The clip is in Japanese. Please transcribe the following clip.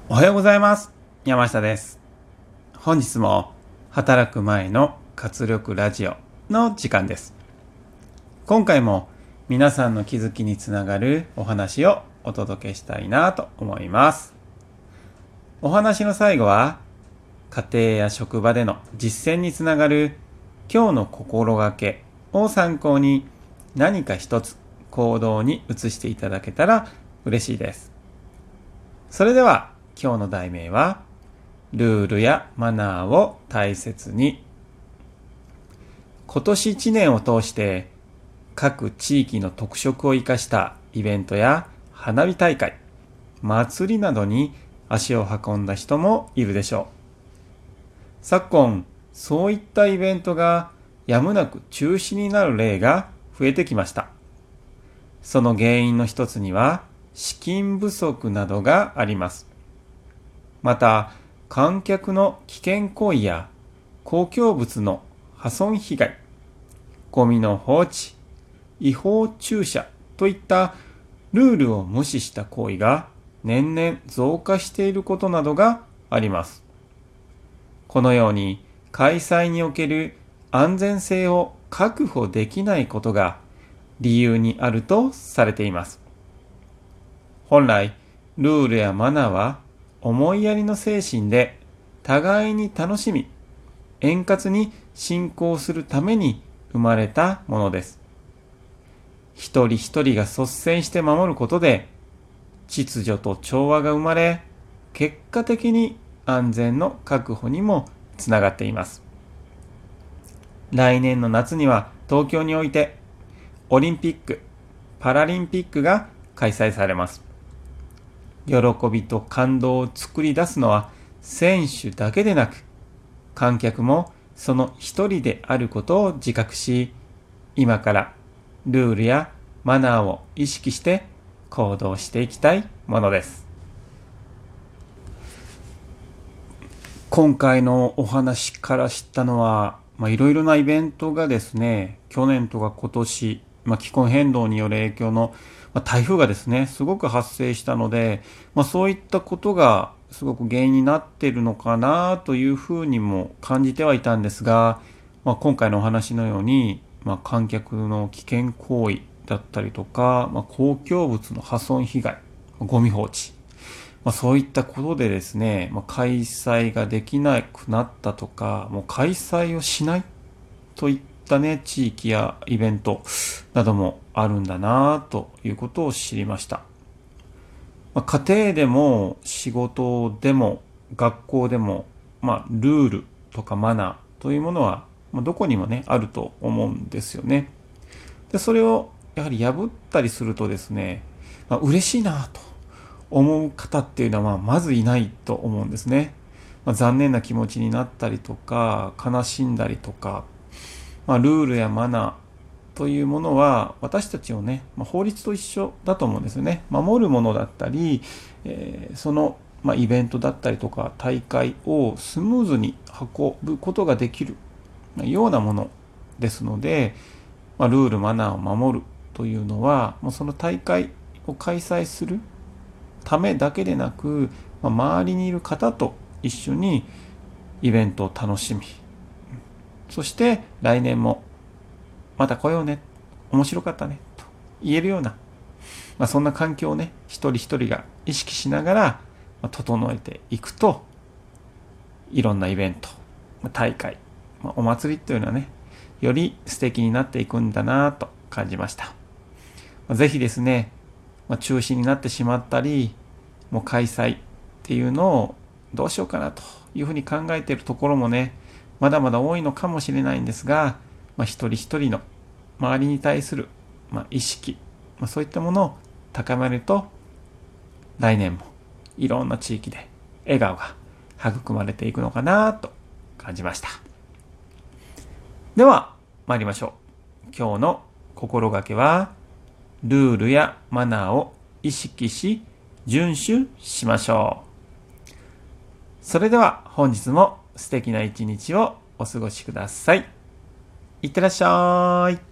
おはようございます。山下です。本日も働く前の活力ラジオの時間です。今回も皆さんの気づきにつながるお話をお届けしたいなと思います。お話の最後は家庭や職場での実践につながる今日の心がけを参考に何か一つ行動に移していただけたら嬉しいです。それでは今日の題名はルールやマナーを大切に。今年1年を通して各地域の特色を生かしたイベントや花火大会、祭りなどに足を運んだ人もいるでしょう。昨今、そういったイベントがやむなく中止になる例が増えてきました。その原因の一つには資金不足などがあります。また、観客の危険行為や公共物の破損被害、ゴミの放置、違法駐車といったルールを無視した行為が年々増加していることなどがあります。このように開催における安全性を確保できないことが理由にあるとされています。本来、ルールやマナーは思いやりの精神で互いに楽しみ、円滑に進行するために生まれたものです。一人一人が率先して守ることで、秩序と調和が生まれ、結果的に安全の確保にもつながっています。来年の夏には東京において、オリンピック、パラリンピックが開催されます。喜びと感動を作り出すのは選手だけでなく、観客もその一人であることを自覚し、今からルールやマナーを意識して行動していきたいものです。今回のお話から知ったのは、いろいろなイベントがですね、去年とか今年、気候変動による影響の台風がですね、すごく発生したので、そういったことがすごく原因になっているのかなというふうにも感じてはいたんですが、今回のお話のように、観客の危険行為だったりとか、公共物の破損被害、ゴミ放置、そういったことでですね、開催ができなくなったとか、もう開催をしないといったね、地域やイベントなどもあるんだなということを知りました。家庭でも仕事でも学校でも、ルールとかマナーというものはどこにもね、あると思うんですよね。で、それをやはり破ったりするとですね、嬉しいなと思う方っていうのはまずいないと思うんですね。残念な気持ちになったりとか、悲しんだりとか、ルールやマナーというものは私たちをね、法律と一緒だと思うんですよね。守るものだったり、その、イベントだったりとか大会をスムーズに運ぶことができるようなものですので、ルールマナーを守るというのはもうその大会を開催するためだけでなく、周りにいる方と一緒にイベントを楽しみ、そして来年もまた来ようね、面白かったねと言えるような、そんな環境をね、一人一人が意識しながら整えていくと、いろんなイベント、大会、お祭りというのはね、より素敵になっていくんだなと感じました。ぜひですね、中止になってしまったり、もう開催っていうのをどうしようかなというふうに考えているところもね、まだまだ多いのかもしれないんですが、一人一人の周りに対する、意識、そういったものを高めると、来年もいろんな地域で笑顔が育まれていくのかなと感じました。では参りましょう。今日の心がけは、ルールやマナーを意識し遵守しましょう。それでは本日も素敵な一日をお過ごしください。いってらっしゃい。